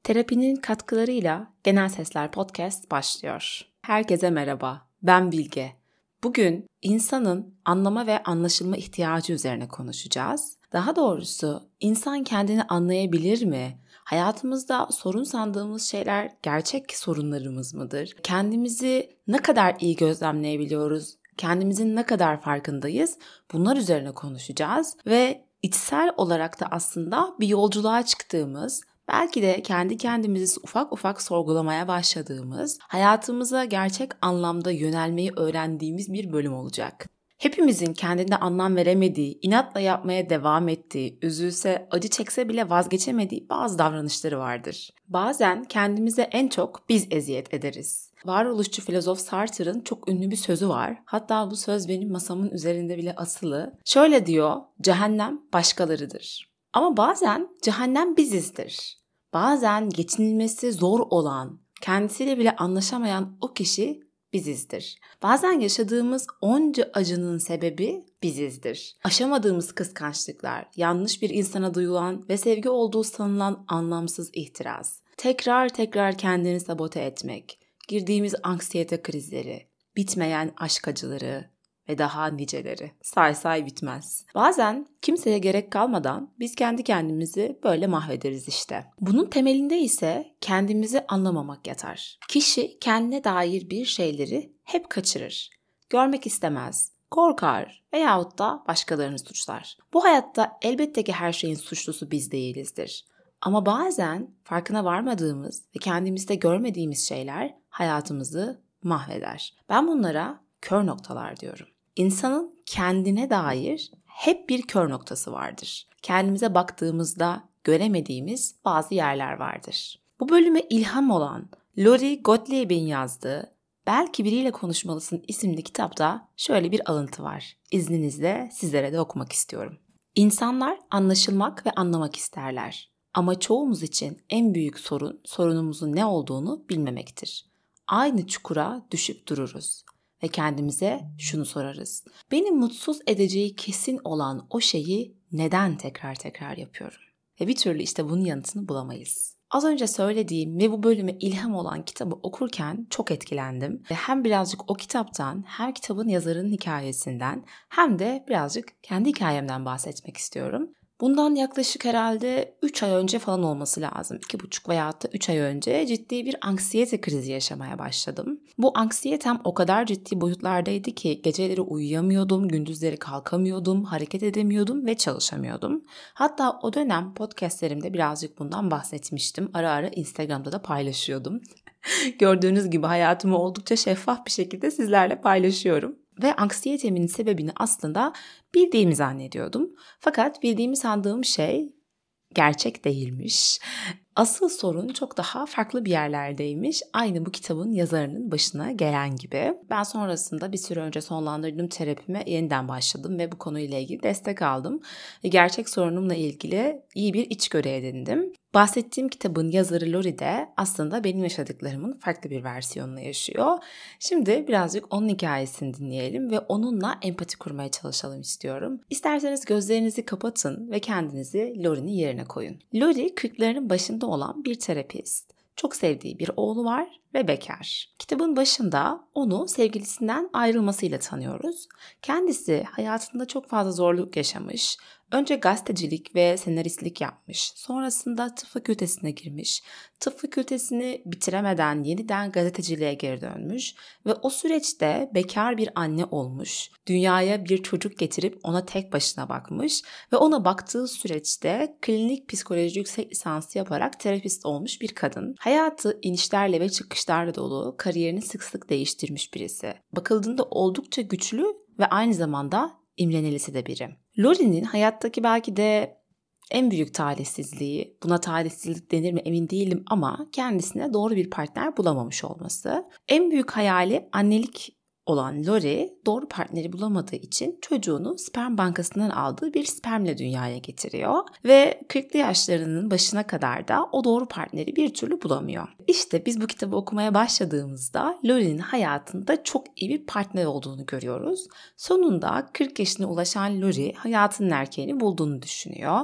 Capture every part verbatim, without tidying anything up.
Terapinin katkılarıyla Genel Sesler Podcast başlıyor. Herkese merhaba, ben Bilge. Bugün insanın anlama ve anlaşılma ihtiyacı üzerine konuşacağız. Daha doğrusu insan kendini anlayabilir mi? Hayatımızda sorun sandığımız şeyler gerçek sorunlarımız mıdır? Kendimizi ne kadar iyi gözlemleyebiliyoruz? Kendimizin ne kadar farkındayız? Bunlar üzerine konuşacağız ve içsel olarak da aslında bir yolculuğa çıktığımız, belki de kendi kendimizi ufak ufak sorgulamaya başladığımız, hayatımıza gerçek anlamda yönelmeyi öğrendiğimiz bir bölüm olacak. Hepimizin kendine anlam veremediği, inatla yapmaya devam ettiği, üzülse, acı çekse bile vazgeçemediği bazı davranışları vardır. Bazen kendimize en çok biz eziyet ederiz. Varoluşçu filozof Sartre'ın çok ünlü bir sözü var. Hatta bu söz benim masamın üzerinde bile asılı. Şöyle diyor, cehennem başkalarıdır. Ama bazen cehennem bizizdir. Bazen geçinilmesi zor olan, kendisiyle bile anlaşamayan o kişi bizizdir. Bazen yaşadığımız onca acının sebebi bizizdir. Aşamadığımız kıskançlıklar, yanlış bir insana duyulan ve sevgi olduğu sanılan anlamsız ihtiras, tekrar tekrar kendini sabote etmek, girdiğimiz anksiyete krizleri, bitmeyen aşk acıları ve daha niceleri. Say say bitmez. Bazen kimseye gerek kalmadan biz kendi kendimizi böyle mahvederiz işte. Bunun temelinde ise kendimizi anlamamak yatar. Kişi kendine dair bir şeyleri hep kaçırır. Görmek istemez, korkar veyahut da başkalarını suçlar. Bu hayatta elbette ki her şeyin suçlusu biz değilizdir. Ama bazen farkına varmadığımız ve kendimizde görmediğimiz şeyler hayatımızı mahveder. Ben bunlara kör noktalar diyorum. İnsanın kendine dair hep bir kör noktası vardır. Kendimize baktığımızda göremediğimiz bazı yerler vardır. Bu bölüme ilham olan Lori Gottlieb'in yazdığı Belki Biriyle Konuşmalısın isimli kitapta şöyle bir alıntı var. İzninizle sizlere de okumak istiyorum. İnsanlar anlaşılmak ve anlamak isterler. Ama çoğumuz için en büyük sorun sorunumuzun ne olduğunu bilmemektir. Aynı çukura düşüp dururuz. Ve kendimize şunu sorarız. Beni mutsuz edeceği kesin olan o şeyi neden tekrar tekrar yapıyorum? Ve bir türlü işte bunun yanıtını bulamayız. Az önce söylediğim ve bu bölüme ilham olan kitabı okurken çok etkilendim. Ve hem birazcık o kitaptan, hem kitabın yazarının hikayesinden, hem de birazcık kendi hikayemden bahsetmek istiyorum. Bundan yaklaşık herhalde üç ay önce falan olması lazım. iki buçuk veya da üç ay önce ciddi bir anksiyete krizi yaşamaya başladım. Bu anksiyetem o kadar ciddi boyutlardaydı ki geceleri uyuyamıyordum, gündüzleri kalkamıyordum, hareket edemiyordum ve çalışamıyordum. Hatta o dönem podcastlerimde birazcık bundan bahsetmiştim. Ara ara Instagram'da da paylaşıyordum. Gördüğünüz gibi hayatımı oldukça şeffaf bir şekilde sizlerle paylaşıyorum. Ve anksiyetemin sebebini aslında bildiğimi zannediyordum. Fakat bildiğimi sandığım şey gerçek değilmiş. Asıl sorun çok daha farklı bir yerlerdeymiş. Aynı bu kitabın yazarının başına gelen gibi. Ben sonrasında bir süre önce sonlandırdığım terapime yeniden başladım ve bu konuyla ilgili destek aldım. Ve gerçek sorunumla ilgili iyi bir içgörü edindim. Bahsettiğim kitabın yazarı Lori de aslında benim yaşadıklarımın farklı bir versiyonunu yaşıyor. Şimdi birazcık onun hikayesini dinleyelim ve onunla empati kurmaya çalışalım istiyorum. İsterseniz gözlerinizi kapatın ve kendinizi Lori'nin yerine koyun. Lori kırklarının başında olan bir terapist. Çok sevdiği bir oğlu var ve bekar. Kitabın başında onu sevgilisinden ayrılmasıyla tanıyoruz. Kendisi hayatında çok fazla zorluk yaşamış. Önce gazetecilik ve senaristlik yapmış. Sonrasında tıp fakültesine girmiş. Tıp fakültesini bitiremeden yeniden gazeteciliğe geri dönmüş. Ve o süreçte bekar bir anne olmuş. Dünyaya bir çocuk getirip ona tek başına bakmış. Ve ona baktığı süreçte klinik psikoloji yüksek lisansı yaparak terapist olmuş bir kadın. Hayatı inişlerle ve çıkışlarla dolu, kariyerini sık sık değiştirmiş birisi. Bakıldığında oldukça güçlü ve aynı zamanda imrenilisi de biri. Lori'nin hayattaki belki de en büyük talihsizliği, buna talihsizlik denir mi emin değilim ama kendisine doğru bir partner bulamamış olması. En büyük hayali annelik olan Lori doğru partneri bulamadığı için çocuğunu sperm bankasından aldığı bir spermle dünyaya getiriyor ve kırklı yaşlarının başına kadar da o doğru partneri bir türlü bulamıyor. İşte biz bu kitabı okumaya başladığımızda Lori'nin hayatında çok iyi bir partner olduğunu görüyoruz. Sonunda kırk yaşına ulaşan Lori hayatının erkeğini bulduğunu düşünüyor.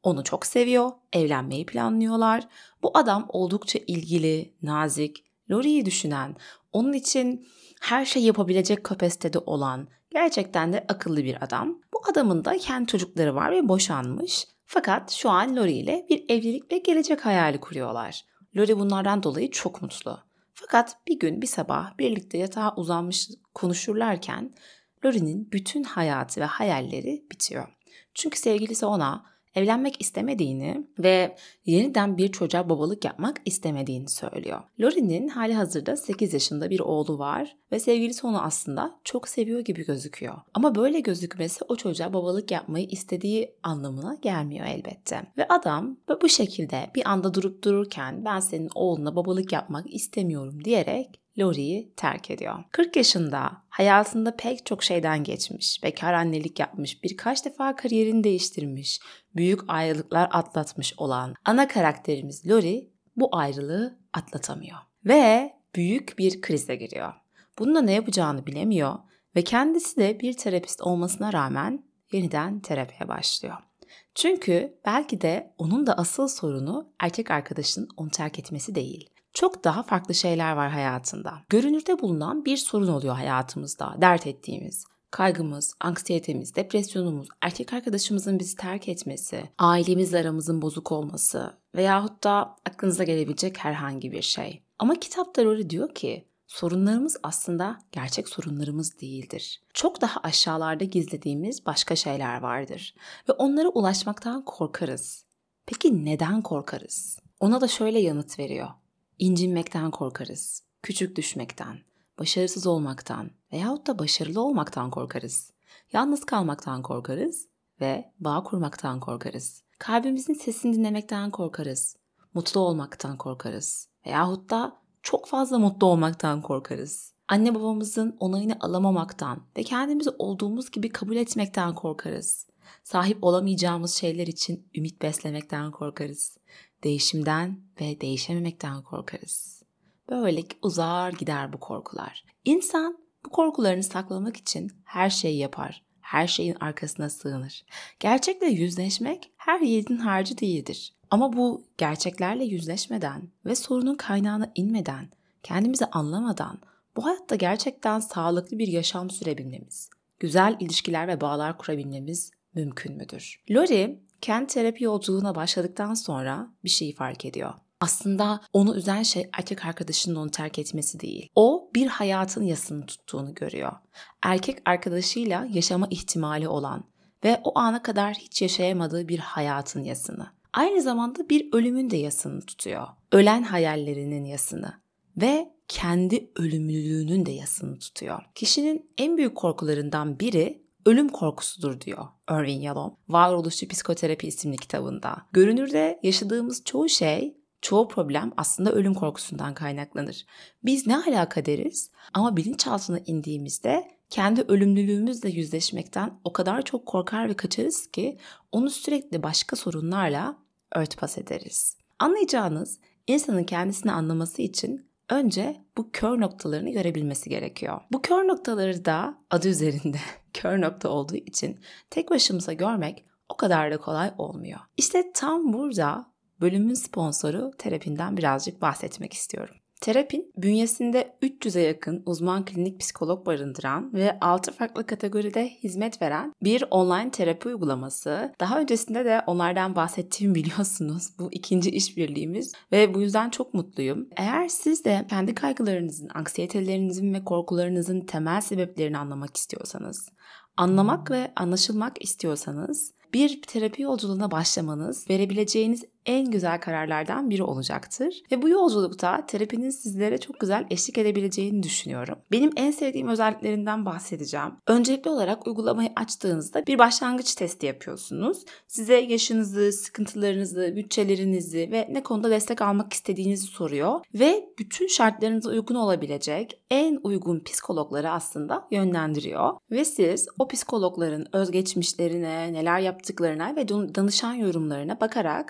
Onu çok seviyor, evlenmeyi planlıyorlar. Bu adam oldukça ilgili, nazik, Laurie'yi düşünen, onun için her şey yapabilecek kapasitede olan, gerçekten de akıllı bir adam. Bu adamın da kendi çocukları var ve boşanmış. Fakat şu an Laurie ile bir evlilik ve gelecek hayali kuruyorlar. Laurie bunlardan dolayı çok mutlu. Fakat bir gün bir sabah birlikte yatağa uzanmış konuşurlarken Laurie'nin bütün hayatı ve hayalleri bitiyor. Çünkü sevgilisi ona evlenmek istemediğini ve yeniden bir çocuğa babalık yapmak istemediğini söylüyor. Laurie'nin hali hazırda sekiz yaşında bir oğlu var ve sevgilisi onu aslında çok seviyor gibi gözüküyor. Ama böyle gözükmesi o çocuğa babalık yapmayı istediği anlamına gelmiyor elbette. Ve adam bu şekilde bir anda durup dururken ben senin oğluna babalık yapmak istemiyorum diyerek Laurie'yi terk ediyor. kırk yaşında, hayatında pek çok şeyden geçmiş, bekar annelik yapmış, birkaç defa kariyerini değiştirmiş, büyük ayrılıklar atlatmış olan ana karakterimiz Laurie bu ayrılığı atlatamıyor. Ve büyük bir krize giriyor. Bununla ne yapacağını bilemiyor ve kendisi de bir terapist olmasına rağmen yeniden terapiye başlıyor. Çünkü belki de onun da asıl sorunu erkek arkadaşının onu terk etmesi değil. Çok daha farklı şeyler var hayatında. Görünürde bulunan bir sorun oluyor hayatımızda, dert ettiğimiz. Kaygımız, anksiyetemiz, depresyonumuz, erkek arkadaşımızın bizi terk etmesi, ailemizle aramızın bozuk olması veyahut da aklınıza gelebilecek herhangi bir şey. Ama kitapta Laurie diyor ki, sorunlarımız aslında gerçek sorunlarımız değildir. Çok daha aşağılarda gizlediğimiz başka şeyler vardır ve onlara ulaşmaktan korkarız. Peki neden korkarız? Ona da şöyle yanıt veriyor. İncinmekten korkarız, küçük düşmekten, başarısız olmaktan veyahut da başarılı olmaktan korkarız. Yalnız kalmaktan korkarız ve bağ kurmaktan korkarız. Kalbimizin sesini dinlemekten korkarız, mutlu olmaktan korkarız veyahut da çok fazla mutlu olmaktan korkarız. Anne babamızın onayını alamamaktan ve kendimizi olduğumuz gibi kabul etmekten korkarız. Sahip olamayacağımız şeyler için ümit beslemekten korkarız. Değişimden ve değişememekten korkarız. Böyle uzar gider bu korkular. İnsan bu korkularını saklamak için her şeyi yapar. Her şeyin arkasına sığınır. Gerçekle yüzleşmek her yiğidin harcı değildir. Ama bu gerçeklerle yüzleşmeden ve sorunun kaynağına inmeden, kendimizi anlamadan bu hayatta gerçekten sağlıklı bir yaşam sürebilmemiz, güzel ilişkiler ve bağlar kurabilmemiz mümkün müdür? Laurie kendi terapi yolculuğuna başladıktan sonra bir şeyi fark ediyor. Aslında onu üzen şey erkek arkadaşının onu terk etmesi değil. O bir hayatın yasını tuttuğunu görüyor. Erkek arkadaşıyla yaşama ihtimali olan ve o ana kadar hiç yaşayamadığı bir hayatın yasını. Aynı zamanda bir ölümün de yasını tutuyor. Ölen hayallerinin yasını ve kendi ölümlülüğünün de yasını tutuyor. Kişinin en büyük korkularından biri ölüm korkusudur diyor Irvin Yalom, Varoluşçu Psikoterapi isimli kitabında. Görünürde yaşadığımız çoğu şey, çoğu problem aslında ölüm korkusundan kaynaklanır. Biz ne alaka deriz ama bilinçaltına indiğimizde kendi ölümlülüğümüzle yüzleşmekten o kadar çok korkar ve kaçarız ki onu sürekli başka sorunlarla örtbas ederiz. Anlayacağınız, insanın kendisini anlaması için önce bu kör noktalarını görebilmesi gerekiyor. Bu kör noktaları da adı üzerinde kör nokta olduğu için tek başımıza görmek o kadar da kolay olmuyor. İşte tam burada bölümün sponsoru Terapin'den birazcık bahsetmek istiyorum. Terapin, bünyesinde üç yüze yakın uzman klinik psikolog barındıran ve altı farklı kategoride hizmet veren bir online terapi uygulaması. Daha öncesinde de onlardan bahsettiğimi biliyorsunuz. Bu ikinci işbirliğimiz ve bu yüzden çok mutluyum. Eğer siz de kendi kaygılarınızın, anksiyetelerinizin ve korkularınızın temel sebeplerini anlamak istiyorsanız, anlamak ve anlaşılmak istiyorsanız bir terapi yolculuğuna başlamanız verebileceğiniz en güzel kararlardan biri olacaktır. Ve bu yolculukta terapinin sizlere çok güzel eşlik edebileceğini düşünüyorum. Benim en sevdiğim özelliklerinden bahsedeceğim. Öncelikli olarak uygulamayı açtığınızda bir başlangıç testi yapıyorsunuz. Size yaşınızı, sıkıntılarınızı, bütçelerinizi ve ne konuda destek almak istediğinizi soruyor. Ve bütün şartlarınıza uygun olabilecek en uygun psikologları aslında yönlendiriyor. Ve siz o psikologların özgeçmişlerine, neler yaptıklarına ve danışan yorumlarına bakarak kim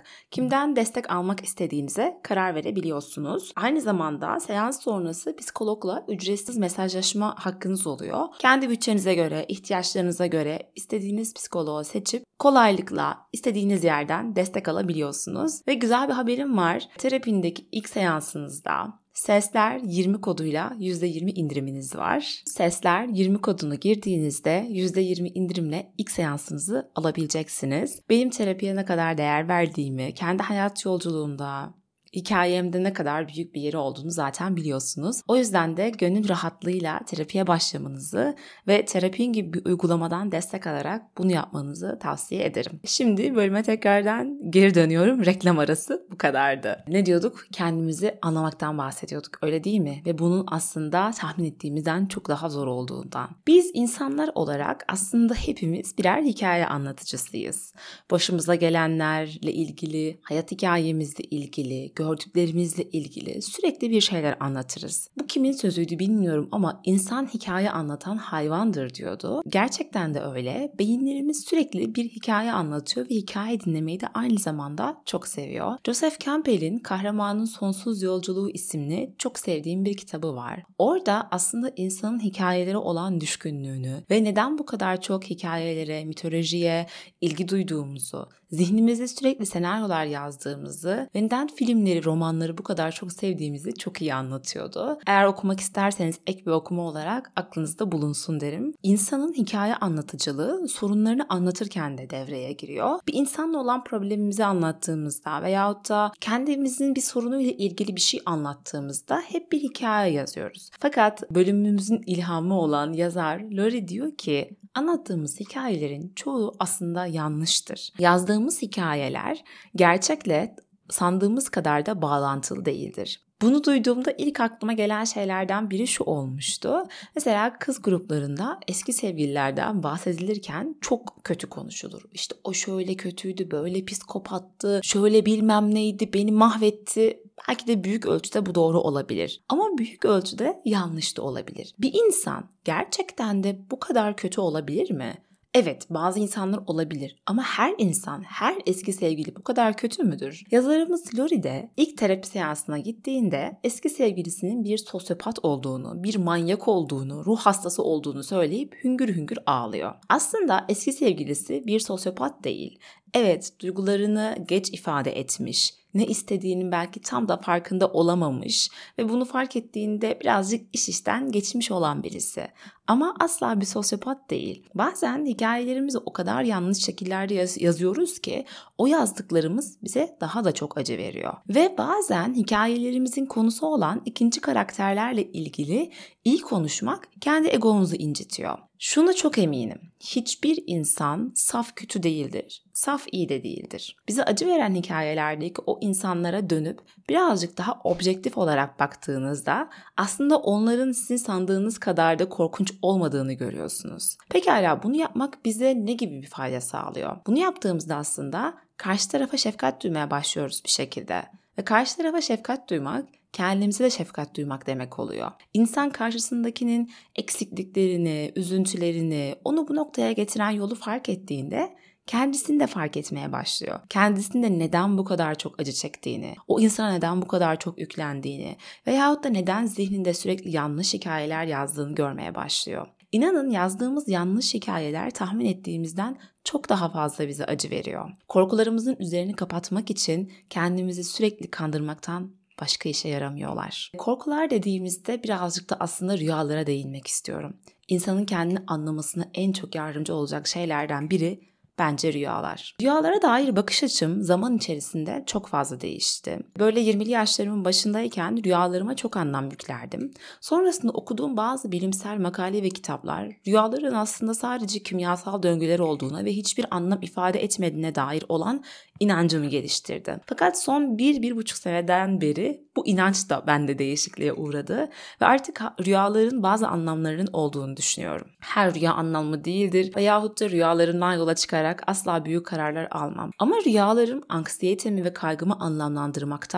Kimden destek almak istediğinize karar verebiliyorsunuz. Aynı zamanda seans sonrası psikologla ücretsiz mesajlaşma hakkınız oluyor. Kendi bütçenize göre, ihtiyaçlarınıza göre istediğiniz psikoloğu seçip kolaylıkla istediğiniz yerden destek alabiliyorsunuz. Ve güzel bir haberim var. Terapindeki ilk seansınızda Sesler yirmi koduyla yüzde yirmi indiriminiz var. Sesler yirmi kodunu girdiğinizde yüzde yirmi indirimle ilk seansınızı alabileceksiniz. Benim terapiye ne kadar değer verdiğimi, kendi hayat yolculuğumda, hikayemde ne kadar büyük bir yeri olduğunu zaten biliyorsunuz. O yüzden de gönül rahatlığıyla terapiye başlamanızı ve Terapin gibi bir uygulamadan destek alarak bunu yapmanızı tavsiye ederim. Şimdi bölüme tekrardan geri dönüyorum. Reklam arası bu kadardı. Ne diyorduk? Kendimizi anlamaktan bahsediyorduk, öyle değil mi? Ve bunun aslında tahmin ettiğimizden çok daha zor olduğundan. Biz insanlar olarak aslında hepimiz birer hikaye anlatıcısıyız. Başımıza gelenlerle ilgili, hayat hikayemizle ilgili, gördüklerimizle ilgili sürekli bir şeyler anlatırız. Bu kimin sözüydü bilmiyorum ama insan hikaye anlatan hayvandır diyordu. Gerçekten de öyle. Beyinlerimiz sürekli bir hikaye anlatıyor ve hikaye dinlemeyi de aynı zamanda çok seviyor. Joseph Campbell'in Kahramanın Sonsuz Yolculuğu isimli çok sevdiğim bir kitabı var. Orada aslında insanın hikayeleri olan düşkünlüğünü ve neden bu kadar çok hikayelere, mitolojiye ilgi duyduğumuzu, zihnimizde sürekli senaryolar yazdığımızı ve neden filmleri, romanları bu kadar çok sevdiğimizi çok iyi anlatıyordu. Eğer okumak isterseniz ek bir okuma olarak aklınızda bulunsun derim. İnsanın hikaye anlatıcılığı sorunlarını anlatırken de devreye giriyor. Bir insanla olan problemimizi anlattığımızda veyahut da kendimizin bir sorunuyla ilgili bir şey anlattığımızda hep bir hikaye yazıyoruz. Fakat bölümümüzün ilhamı olan yazar Lori diyor ki anlattığımız hikayelerin çoğu aslında yanlıştır. Yazdığımız hikayeler gerçekle sandığımız kadar da bağlantılı değildir. Bunu duyduğumda ilk aklıma gelen şeylerden biri şu olmuştu. Mesela kız gruplarında eski sevgililerden bahsedilirken çok kötü konuşulur. İşte o şöyle kötüydü, böyle psikopattı, şöyle bilmem neydi, beni mahvetti. Belki de büyük ölçüde bu doğru olabilir. Ama büyük ölçüde yanlış da olabilir. Bir insan gerçekten de bu kadar kötü olabilir mi? Evet, bazı insanlar olabilir ama her insan, her eski sevgili bu kadar kötü müdür? Yazarımız Lori de ilk terapi seansına gittiğinde eski sevgilisinin bir sosyopat olduğunu, bir manyak olduğunu, ruh hastası olduğunu söyleyip hüngür hüngür ağlıyor. Aslında eski sevgilisi bir sosyopat değil. Evet, duygularını geç ifade etmiş, ne istediğinin belki tam da farkında olamamış ve bunu fark ettiğinde birazcık iş işten geçmiş olan birisi. Ama asla bir sosyopat değil. Bazen hikayelerimizi o kadar yanlış şekillerde yaz- yazıyoruz ki o yazdıklarımız bize daha da çok acı veriyor. Ve bazen hikayelerimizin konusu olan ikinci karakterlerle ilgili iyi konuşmak kendi egomuzu incitiyor. Şuna çok eminim. Hiçbir insan saf kötü değildir. Saf iyi de değildir. Bize acı veren hikayelerdeki o insanlara dönüp birazcık daha objektif olarak baktığınızda aslında onların sizin sandığınız kadar da korkunç olmadığını görüyorsunuz. Pekala bunu yapmak bize ne gibi bir fayda sağlıyor? Bunu yaptığımızda aslında karşı tarafa şefkat duymaya başlıyoruz bir şekilde. Ve karşı tarafa şefkat duymak kendimize de şefkat duymak demek oluyor. İnsan karşısındakinin eksikliklerini, üzüntülerini, onu bu noktaya getiren yolu fark ettiğinde kendisini de fark etmeye başlıyor. Kendisinde neden bu kadar çok acı çektiğini, o insana neden bu kadar çok yüklendiğini veyahut da neden zihninde sürekli yanlış hikayeler yazdığını görmeye başlıyor. İnanın yazdığımız yanlış hikayeler tahmin ettiğimizden çok daha fazla bize acı veriyor. Korkularımızın üzerini kapatmak için kendimizi sürekli kandırmaktan başka işe yaramıyorlar. Korkular dediğimizde birazcık da aslında rüyalara değinmek istiyorum. İnsanın kendini anlamasına en çok yardımcı olacak şeylerden biri bence rüyalar. Rüyalara dair bakış açım zaman içerisinde çok fazla değişti. Böyle yirmili yaşlarımın başındayken rüyalarıma çok anlam yüklerdim. Sonrasında okuduğum bazı bilimsel makale ve kitaplar rüyaların aslında sadece kimyasal döngüler olduğuna ve hiçbir anlam ifade etmediğine dair olan inancımı geliştirdi. Fakat son bir, bir buçuk seneden beri bu inanç da bende değişikliğe uğradı ve artık rüyaların bazı anlamlarının olduğunu düşünüyorum. Her rüya anlamlı değildir veyahut da rüyalarından yola çıkarak asla büyük kararlar almam. Ama rüyalarım anksiyetemi ve kaygımı anlamlandırmakta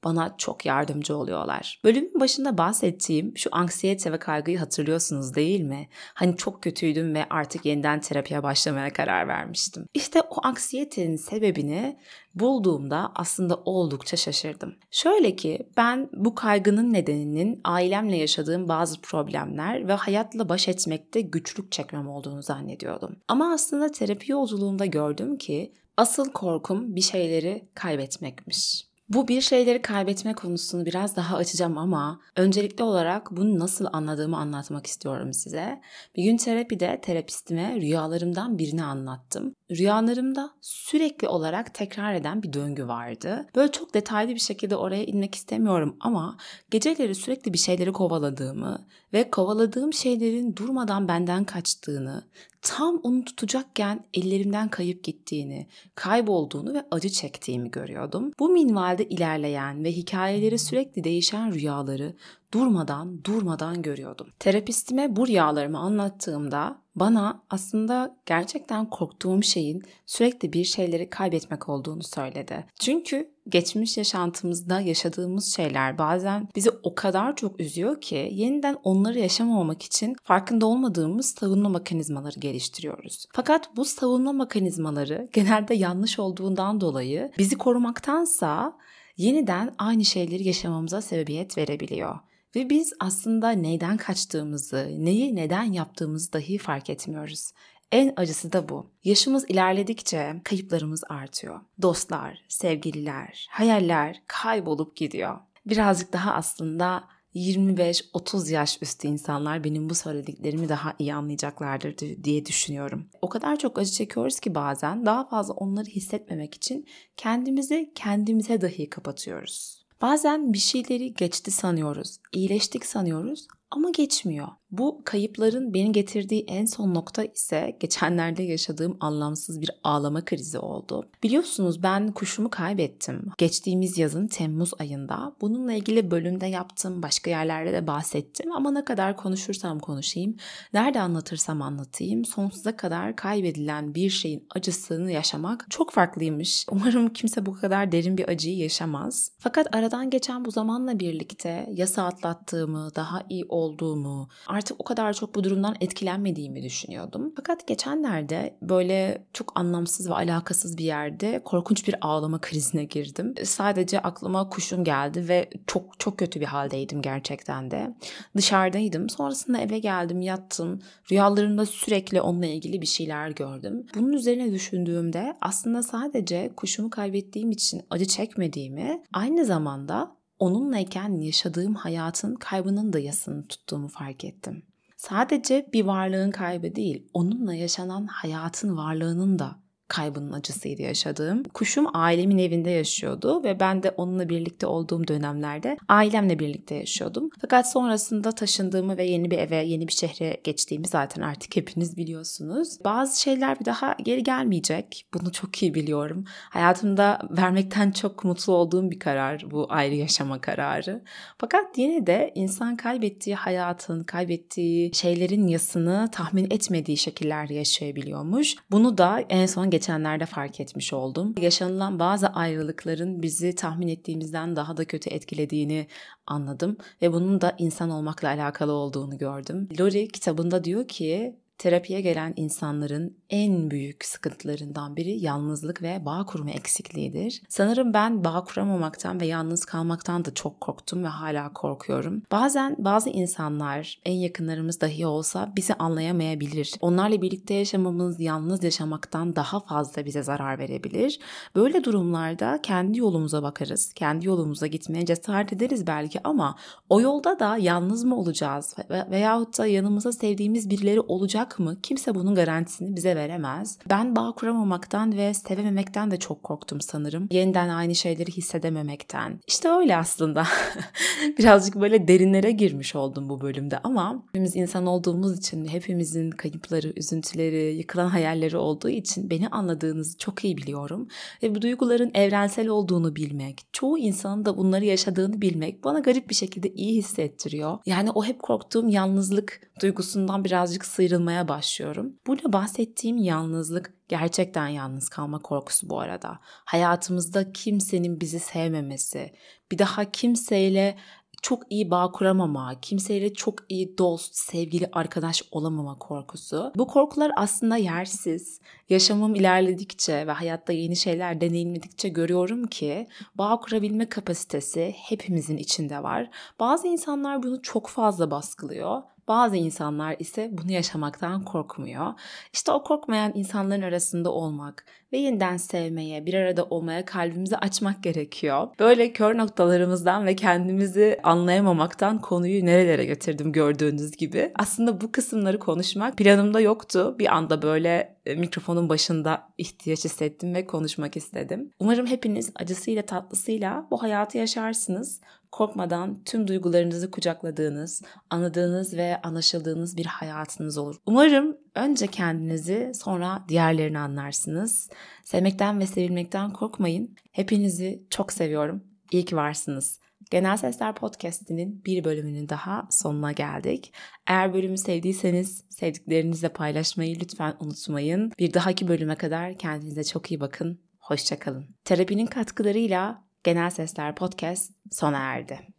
bana çok yardımcı oluyorlar. Bölümün başında bahsettiğim şu anksiyete ve kaygıyı hatırlıyorsunuz değil mi? Hani çok kötüydüm ve artık yeniden terapiye başlamaya karar vermiştim. İşte o anksiyetenin sebebini bulduğumda aslında oldukça şaşırdım. Şöyle ki ben bu kaygının nedeninin ailemle yaşadığım bazı problemler ve hayatla baş etmekte güçlük çekmem olduğunu zannediyordum. Ama aslında terapi yolculuğumda gördüm ki asıl korkum bir şeyleri kaybetmekmiş. Bu bir şeyleri kaybetme konusunu biraz daha açacağım ama öncelikli olarak bunu nasıl anladığımı anlatmak istiyorum size. Bir gün terapide terapistime rüyalarımdan birini anlattım. Rüyalarımda sürekli olarak tekrar eden bir döngü vardı. Böyle çok detaylı bir şekilde oraya inmek istemiyorum ama geceleri sürekli bir şeyleri kovaladığımı ve kovaladığım şeylerin durmadan benden kaçtığını, tam onu tutacakken ellerimden kayıp gittiğini, kaybolduğunu ve acı çektiğimi görüyordum. Bu minvalde ilerleyen ve hikayeleri sürekli değişen rüyaları durmadan durmadan görüyordum. Terapistime bu rüyalarımı anlattığımda bana aslında gerçekten korktuğum şeyin sürekli bir şeyleri kaybetmek olduğunu söyledi. Çünkü geçmiş yaşantımızda yaşadığımız şeyler bazen bizi o kadar çok üzüyor ki yeniden onları yaşamamak için farkında olmadığımız savunma mekanizmaları geliştiriyoruz. Fakat bu savunma mekanizmaları genelde yanlış olduğundan dolayı bizi korumaktansa yeniden aynı şeyleri yaşamamıza sebebiyet verebiliyor. Ve biz aslında neyden kaçtığımızı, neyi neden yaptığımızı dahi fark etmiyoruz. En acısı da bu. Yaşımız ilerledikçe kayıplarımız artıyor. Dostlar, sevgililer, hayaller kaybolup gidiyor. Birazcık daha aslında yirmi beş otuz yaş üstü insanlar benim bu söylediklerimi daha iyi anlayacaklardır diye düşünüyorum. O kadar çok acı çekiyoruz ki bazen daha fazla onları hissetmemek için kendimizi kendimize dahi kapatıyoruz. Bazen bir şeyleri geçti sanıyoruz, iyileştik sanıyoruz ama geçmiyor. Bu kayıpların beni getirdiği en son nokta ise geçenlerde yaşadığım anlamsız bir ağlama krizi oldu. Biliyorsunuz ben kuşumu kaybettim. Geçtiğimiz yazın Temmuz ayında. Bununla ilgili bölümde yaptım, başka yerlerde de bahsettim ama ne kadar konuşursam konuşayım, nerede anlatırsam anlatayım, sonsuza kadar kaybedilen bir şeyin acısını yaşamak çok farklıymış. Umarım kimse bu kadar derin bir acıyı yaşamaz. Fakat aradan geçen bu zamanla birlikte yasa atlattığımı, daha iyi olduğumu, artık o kadar çok bu durumdan etkilenmediğimi düşünüyordum. Fakat geçenlerde böyle çok anlamsız ve alakasız bir yerde korkunç bir ağlama krizine girdim. Sadece aklıma kuşum geldi ve çok çok kötü bir haldeydim gerçekten de. Dışarıdaydım. Sonrasında eve geldim, yattım. Rüyalarımda sürekli onunla ilgili bir şeyler gördüm. Bunun üzerine düşündüğümde aslında sadece kuşumu kaybettiğim için acı çekmediğimi, aynı zamanda onunlayken yaşadığım hayatın kaybının da yasını tuttuğumu fark ettim. Sadece bir varlığın kaybı değil, onunla yaşanan hayatın varlığının da kaybının acısıydı yaşadığım. Kuşum ailemin evinde yaşıyordu ve ben de onunla birlikte olduğum dönemlerde ailemle birlikte yaşıyordum. Fakat sonrasında taşındığımı ve yeni bir eve, yeni bir şehre geçtiğimi zaten artık hepiniz biliyorsunuz. Bazı şeyler bir daha geri gelmeyecek. Bunu çok iyi biliyorum. Hayatımda vermekten çok mutlu olduğum bir karar bu ayrı yaşama kararı. Fakat yine de insan kaybettiği hayatın, kaybettiği şeylerin yasını tahmin etmediği şekillerde yaşayabiliyormuş. Bunu da en son geçenlerde fark etmiş oldum. Yaşanılan bazı ayrılıkların bizi tahmin ettiğimizden daha da kötü etkilediğini anladım ve bunun da insan olmakla alakalı olduğunu gördüm. Lori kitabında diyor ki, terapiye gelen insanların en büyük sıkıntılarından biri yalnızlık ve bağ kurma eksikliğidir. Sanırım ben bağ kuramamaktan ve yalnız kalmaktan da çok korktum ve hala korkuyorum. Bazen bazı insanlar, en yakınlarımız dahi olsa bizi anlayamayabilir. Onlarla birlikte yaşamamız yalnız yaşamaktan daha fazla bize zarar verebilir. Böyle durumlarda kendi yolumuza bakarız. Kendi yolumuza gitmeye cesaret ederiz belki ama o yolda da yalnız mı olacağız ve veyahut da yanımızda sevdiğimiz birileri olacak mı? Kimse bunun garantisini bize veremez. Ben bağ kuramamaktan ve sevememekten de çok korktum sanırım. Yeniden aynı şeyleri hissedememekten. İşte öyle aslında. Birazcık böyle derinlere girmiş oldum bu bölümde ama hepimiz insan olduğumuz için, hepimizin kayıpları, üzüntüleri, yıkılan hayalleri olduğu için beni anladığınızı çok iyi biliyorum. Ve bu duyguların evrensel olduğunu bilmek, çoğu insanın da bunları yaşadığını bilmek bana garip bir şekilde iyi hissettiriyor. Yani o hep korktuğum yalnızlık duygusundan birazcık sıyrılmaya korkmaya başlıyorum. Burada bahsettiğim yalnızlık gerçekten yalnız kalma korkusu bu arada. Hayatımızda kimsenin bizi sevmemesi, bir daha kimseyle çok iyi bağ kuramama, kimseyle çok iyi dost, sevgili, arkadaş olamama korkusu. Bu korkular aslında yersiz. Yaşamım ilerledikçe ve hayatta yeni şeyler deneyimledikçe görüyorum ki bağ kurabilme kapasitesi hepimizin içinde var. Bazı insanlar bunu çok fazla baskılıyor. Bazı insanlar ise bunu yaşamaktan korkmuyor. İşte o korkmayan insanların arasında olmak ve yeniden sevmeye, bir arada olmaya kalbimizi açmak gerekiyor. Böyle kör noktalarımızdan ve kendimizi anlayamamaktan konuyu nerelere getirdim gördüğünüz gibi. Aslında bu kısımları konuşmak planımda yoktu. Bir anda böyle mikrofonun başında ihtiyaç hissettim ve konuşmak istedim. Umarım hepiniz acısıyla tatlısıyla bu hayatı yaşarsınız. Korkmadan tüm duygularınızı kucakladığınız, anladığınız ve anlaşıldığınız bir hayatınız olur. Umarım önce kendinizi, sonra diğerlerini anlarsınız. Sevmekten ve sevilmekten korkmayın. Hepinizi çok seviyorum. İyi ki varsınız. Genel Sesler Podcast'inin bir bölümünün daha sonuna geldik. Eğer bölümü sevdiyseniz sevdiklerinizle paylaşmayı lütfen unutmayın. Bir dahaki bölüme kadar kendinize çok iyi bakın. Hoşça kalın. Terapinin katkılarıyla Genel Sesler Podcast sona erdi.